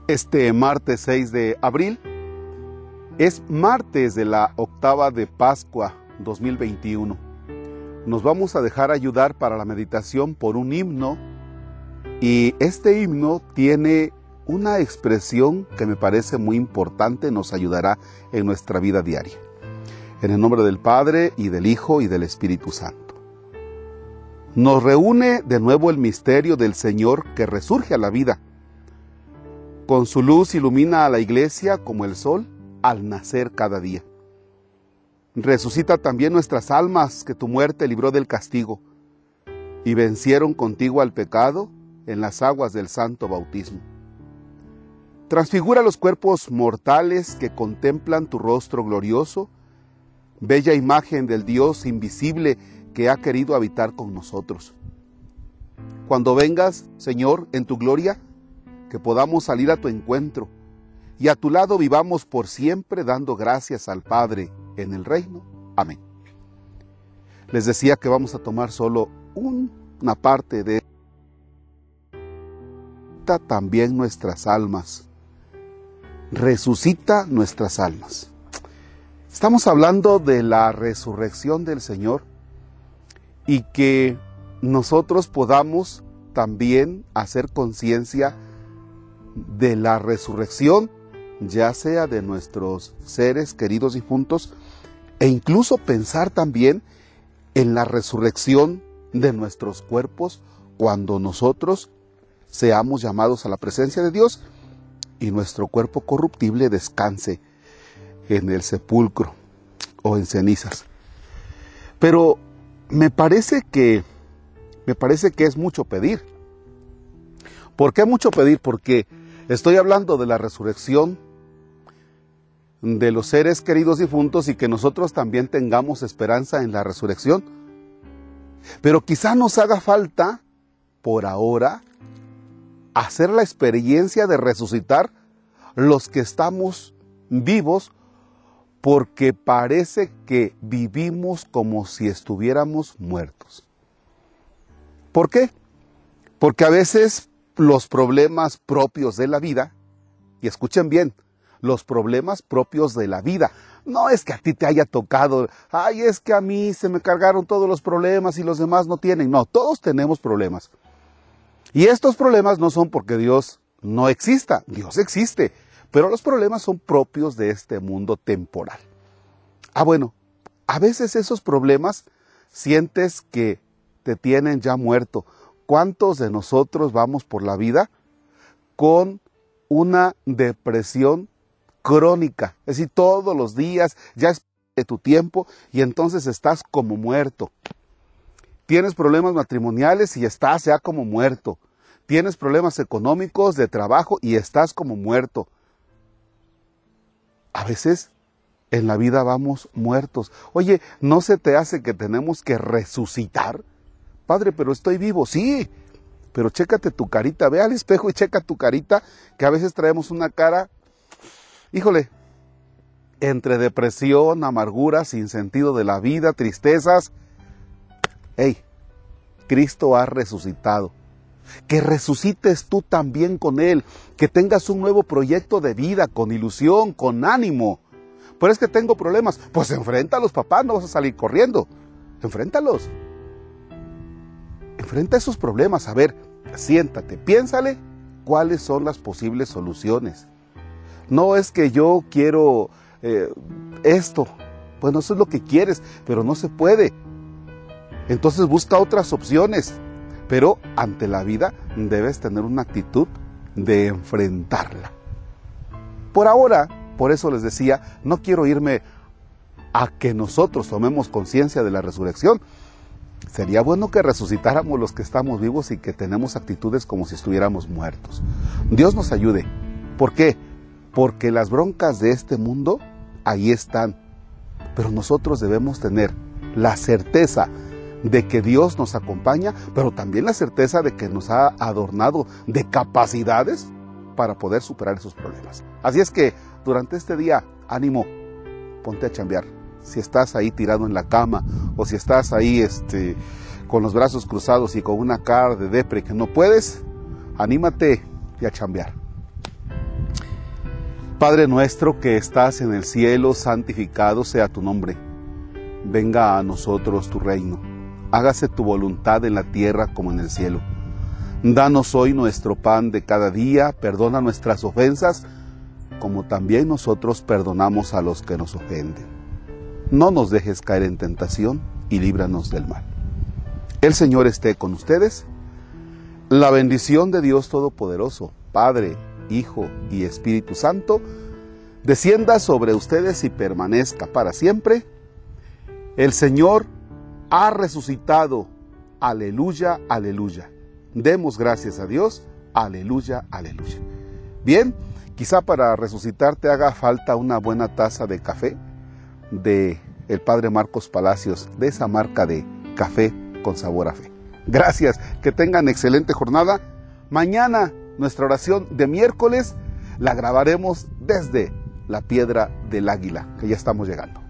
Este martes 6 de abril es martes de la octava de Pascua 2021. Nos vamos a dejar ayudar para la meditación por un himno, y este himno tiene una expresión que me parece muy importante, nos ayudará en nuestra vida diaria. En el nombre del Padre, y del Hijo, y del Espíritu Santo. Nos reúne de nuevo el misterio del Señor que resurge a la vida. Con su luz ilumina a la iglesia como el sol al nacer cada día. Resucita también nuestras almas que tu muerte libró del castigo y vencieron contigo al pecado en las aguas del santo bautismo. Transfigura los cuerpos mortales que contemplan tu rostro glorioso, bella imagen del Dios invisible que ha querido habitar con nosotros. Cuando vengas, Señor, en tu gloria, que podamos salir a tu encuentro y a tu lado vivamos por siempre dando gracias al Padre en el reino. Amén. Les decía que vamos a tomar solo una parte de también nuestras almas. Resucita nuestras almas. Estamos hablando de la resurrección del Señor y que nosotros podamos también hacer conciencia de la resurrección, ya sea de nuestros seres queridos difuntos, e incluso pensar también en la resurrección de nuestros cuerpos cuando nosotros seamos llamados a la presencia de Dios y nuestro cuerpo corruptible descanse en el sepulcro o en cenizas. Pero me parece que es mucho pedir. ¿Por qué mucho pedir? Porque estoy hablando de la resurrección de los seres queridos difuntos y que nosotros también tengamos esperanza en la resurrección. Pero quizá nos haga falta, por ahora, hacer la experiencia de resucitar los que estamos vivos, porque parece que vivimos como si estuviéramos muertos. ¿Por qué? Porque a veces los problemas propios de la vida, y escuchen bien, los problemas propios de la vida, no es que a ti te haya tocado, ay, es que a mí se me cargaron todos los problemas y los demás no tienen. No, todos tenemos problemas. Y estos problemas no son porque Dios no exista, Dios existe, pero los problemas son propios de este mundo temporal. Bueno, a veces esos problemas sientes que te tienen ya muerto. ¿Cuántos de nosotros vamos por la vida con una depresión crónica? Es decir, todos los días ya es de tu tiempo y entonces estás como muerto. Tienes problemas matrimoniales y estás ya como muerto. Tienes problemas económicos, de trabajo y estás como muerto. A veces en la vida vamos muertos. Oye, ¿no se te hace que tenemos que resucitar? Padre, pero estoy vivo. Sí, pero chécate tu carita, ve al espejo y checa tu carita, que a veces traemos una cara, híjole, entre depresión, amargura, sin sentido de la vida, tristezas. Hey, Cristo ha resucitado. Que resucites tú también con Él, que tengas un nuevo proyecto de vida, con ilusión, con ánimo. Pero es que tengo problemas. Pues enfréntalos, papá, no vas a salir corriendo. Enfréntalos. Enfrenta esos problemas, a ver, siéntate, piénsale cuáles son las posibles soluciones. No es que yo quiero esto, bueno, eso es lo que quieres, pero no se puede. Entonces busca otras opciones, pero ante la vida debes tener una actitud de enfrentarla. Por ahora, por eso les decía, no quiero irme a que nosotros tomemos conciencia de la resurrección. Sería bueno que resucitáramos los que estamos vivos y que tenemos actitudes como si estuviéramos muertos. Dios nos ayude. ¿Por qué? Porque las broncas de este mundo ahí están. Pero nosotros debemos tener la certeza de que Dios nos acompaña, pero también la certeza de que nos ha adornado de capacidades para poder superar esos problemas. Así es que durante este día, ánimo, ponte a chambear. Si estás ahí tirado en la cama o si estás ahí con los brazos cruzados y con una cara de depre que no puedes, anímate y a chambear. Padre nuestro que estás en el cielo, santificado sea tu nombre. Venga a nosotros tu reino. Hágase tu voluntad en la tierra como en el cielo. Danos hoy nuestro pan de cada día. Perdona nuestras ofensas, como también nosotros perdonamos a los que nos ofenden. No nos dejes caer en tentación y líbranos del mal. El Señor esté con ustedes. La bendición de Dios Todopoderoso, Padre, Hijo y Espíritu Santo, descienda sobre ustedes y permanezca para siempre. El Señor ha resucitado. Aleluya, aleluya. Demos gracias a Dios. Aleluya, aleluya. Bien, quizá para resucitar te haga falta una buena taza de café de el Padre Marcos Palacios, de esa marca de café con sabor a fe. Gracias, que tengan excelente jornada. Mañana nuestra oración de miércoles la grabaremos desde la Piedra del Águila, que ya estamos llegando.